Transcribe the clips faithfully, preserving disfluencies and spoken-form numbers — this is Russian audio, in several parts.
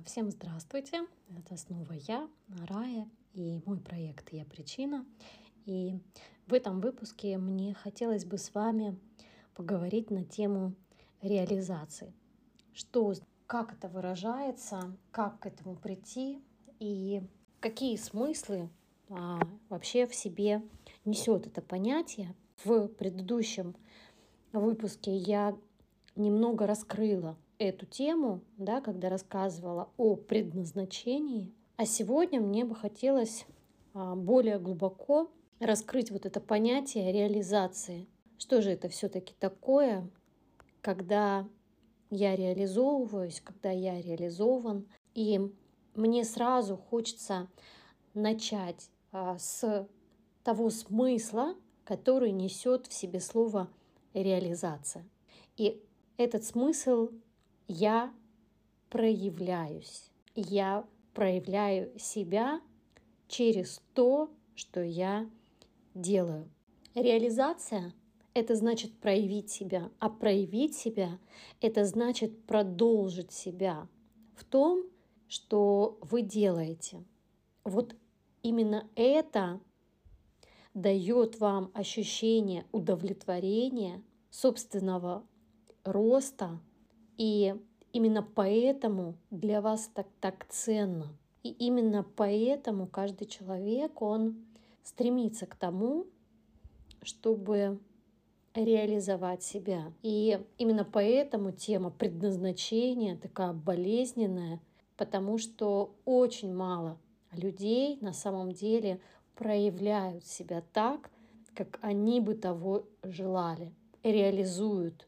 Всем здравствуйте! Это снова я, Рая, и мой проект «Я причина». И в этом выпуске мне хотелось бы с вами поговорить на тему реализации. Что, как это выражается, как к этому прийти и какие смыслы а, вообще в себе несет это понятие. В предыдущем выпуске я немного раскрыла эту тему, да, когда рассказывала о предназначении. А сегодня мне бы хотелось а, более глубоко раскрыть вот это понятие реализации. Что же это все-таки такое, когда я реализовываюсь, когда я реализован. И мне сразу хочется начать а, с того смысла, который несет в себе слово реализация. И этот смысл я проявляюсь. Я проявляю себя через то, что я делаю. Реализация — это значит проявить себя, а проявить себя — это значит продолжить себя в том, что вы делаете. Вот именно это дает вам ощущение удовлетворения, собственного роста, и именно поэтому для вас так, так ценно. И именно поэтому каждый человек, он стремится к тому, чтобы реализовать себя. И именно поэтому тема предназначения такая болезненная, потому что очень мало людей на самом деле проявляют себя так, как они бы того желали, реализуют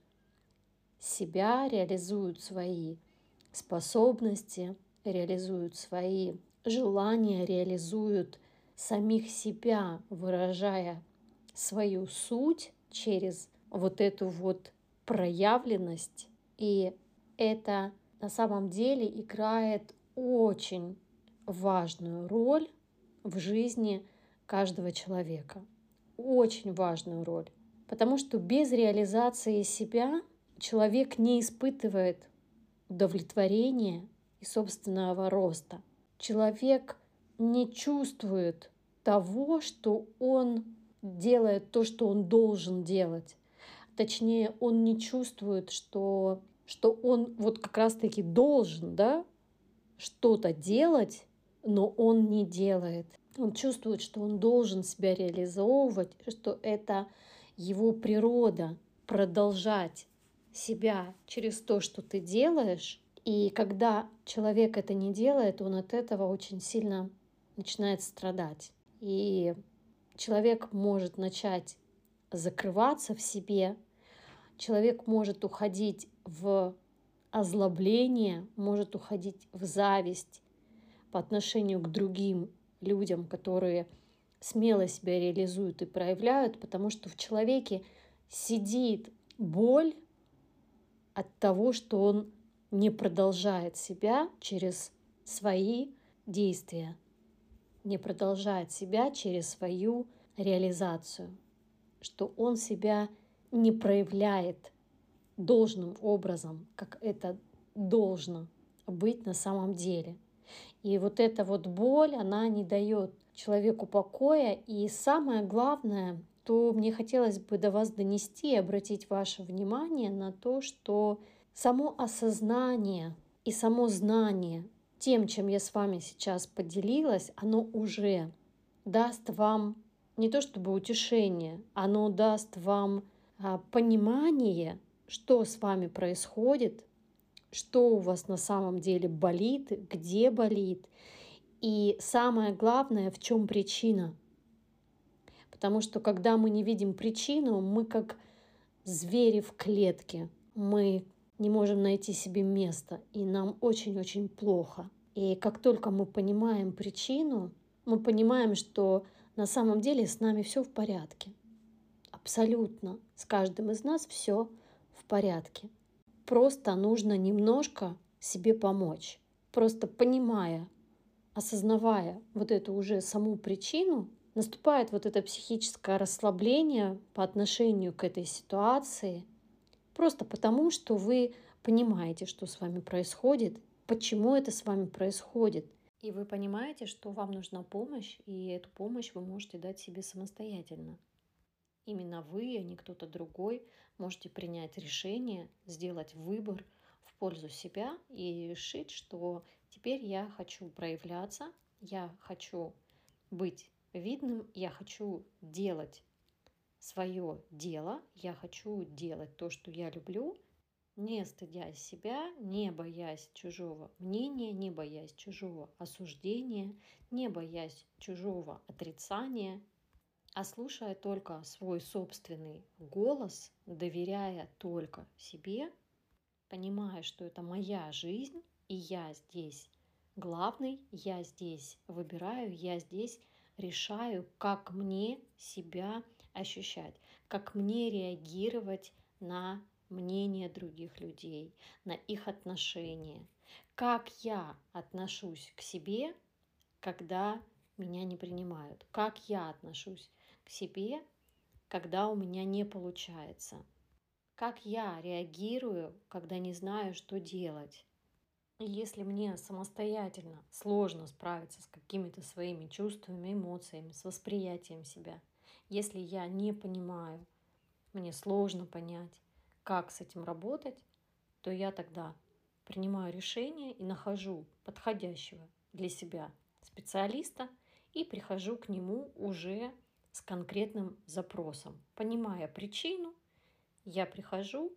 себя, реализуют свои способности, реализуют свои желания, реализуют самих себя, выражая свою суть через вот эту вот проявленность. И это на самом деле играет очень важную роль в жизни каждого человека. Очень важную роль. Потому что без реализации себя человек не испытывает удовлетворения и собственного роста. Человек не чувствует того, что он делает то, что он должен делать. Точнее, он не чувствует, что, что он вот как раз-таки должен, да, что-то делать, но он не делает. Он чувствует, что он должен себя реализовывать, что это его природа продолжать себя через то, что ты делаешь. И когда человек это не делает, он от этого очень сильно начинает страдать. И человек может начать закрываться в себе, человек может уходить в озлобление, может уходить в зависть по отношению к другим людям, которые смело себя реализуют и проявляют, потому что в человеке сидит боль от того, что он не продолжает себя через свои действия, не продолжает себя через свою реализацию, что он себя не проявляет должным образом, как это должно быть на самом деле. И вот эта вот боль, она не дает человеку покоя. И самое главное, то мне хотелось бы до вас донести и обратить ваше внимание на то, что само осознание и само знание тем, чем я с вами сейчас поделилась, оно уже даст вам не то чтобы утешение, оно даст вам а, понимание, что с вами происходит, что у вас на самом деле болит, где болит, и самое главное, в чем причина. Потому что когда мы не видим причину, мы как звери в клетке, мы не можем найти себе место, и нам очень-очень плохо. И как только мы понимаем причину, мы понимаем, что на самом деле с нами все в порядке. Абсолютно. С каждым из нас все в порядке. Просто нужно немножко себе помочь. Просто понимая, осознавая вот эту уже саму причину, наступает вот это психическое расслабление по отношению к этой ситуации, просто потому, что вы понимаете, что с вами происходит, почему это с вами происходит. И вы понимаете, что вам нужна помощь, и эту помощь вы можете дать себе самостоятельно. Именно вы, а не кто-то другой, можете принять решение, сделать выбор в пользу себя и решить, что теперь я хочу проявляться, я хочу быть видным, я хочу делать свое дело, я хочу делать то, что я люблю, не стыдясь себя, не боясь чужого мнения, не боясь чужого осуждения, не боясь чужого отрицания, а слушая только свой собственный голос, доверяя только себе, понимая, что это моя жизнь, и я здесь главный, я здесь выбираю, я здесь решаю, как мне себя ощущать, как мне реагировать на мнение других людей, на их отношения, как я отношусь к себе, когда меня не принимают, как я отношусь к себе, когда у меня не получается, как я реагирую, когда не знаю, что делать. И если мне самостоятельно сложно справиться с какими-то своими чувствами, эмоциями, с восприятием себя, если я не понимаю, мне сложно понять, как с этим работать, то я тогда принимаю решение и нахожу подходящего для себя специалиста и прихожу к нему уже с конкретным запросом. Понимая причину, я прихожу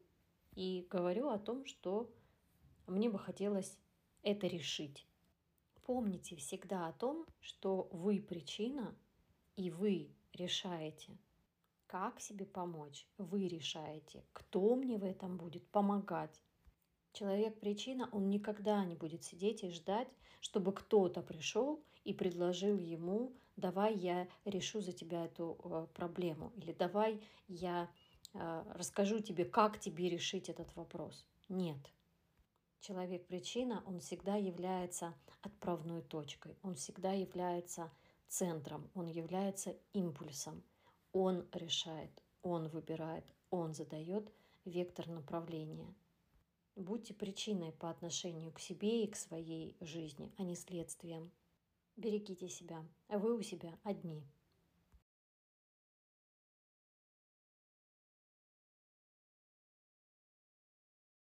и говорю о том, что мне бы хотелось это решить. Помните всегда о том, что вы причина, и вы решаете, как себе помочь. Вы решаете, кто мне в этом будет помогать. Человек-причина, он никогда не будет сидеть и ждать, чтобы кто-то пришел и предложил ему: давай я решу за тебя эту э, проблему, или давай я э, расскажу тебе, как тебе решить этот вопрос. Нет. Человек-причина, он всегда является отправной точкой, он всегда является центром, он является импульсом. Он решает, он выбирает, он задает вектор направления. Будьте причиной по отношению к себе и к своей жизни, а не следствием. Берегите себя, а вы у себя одни.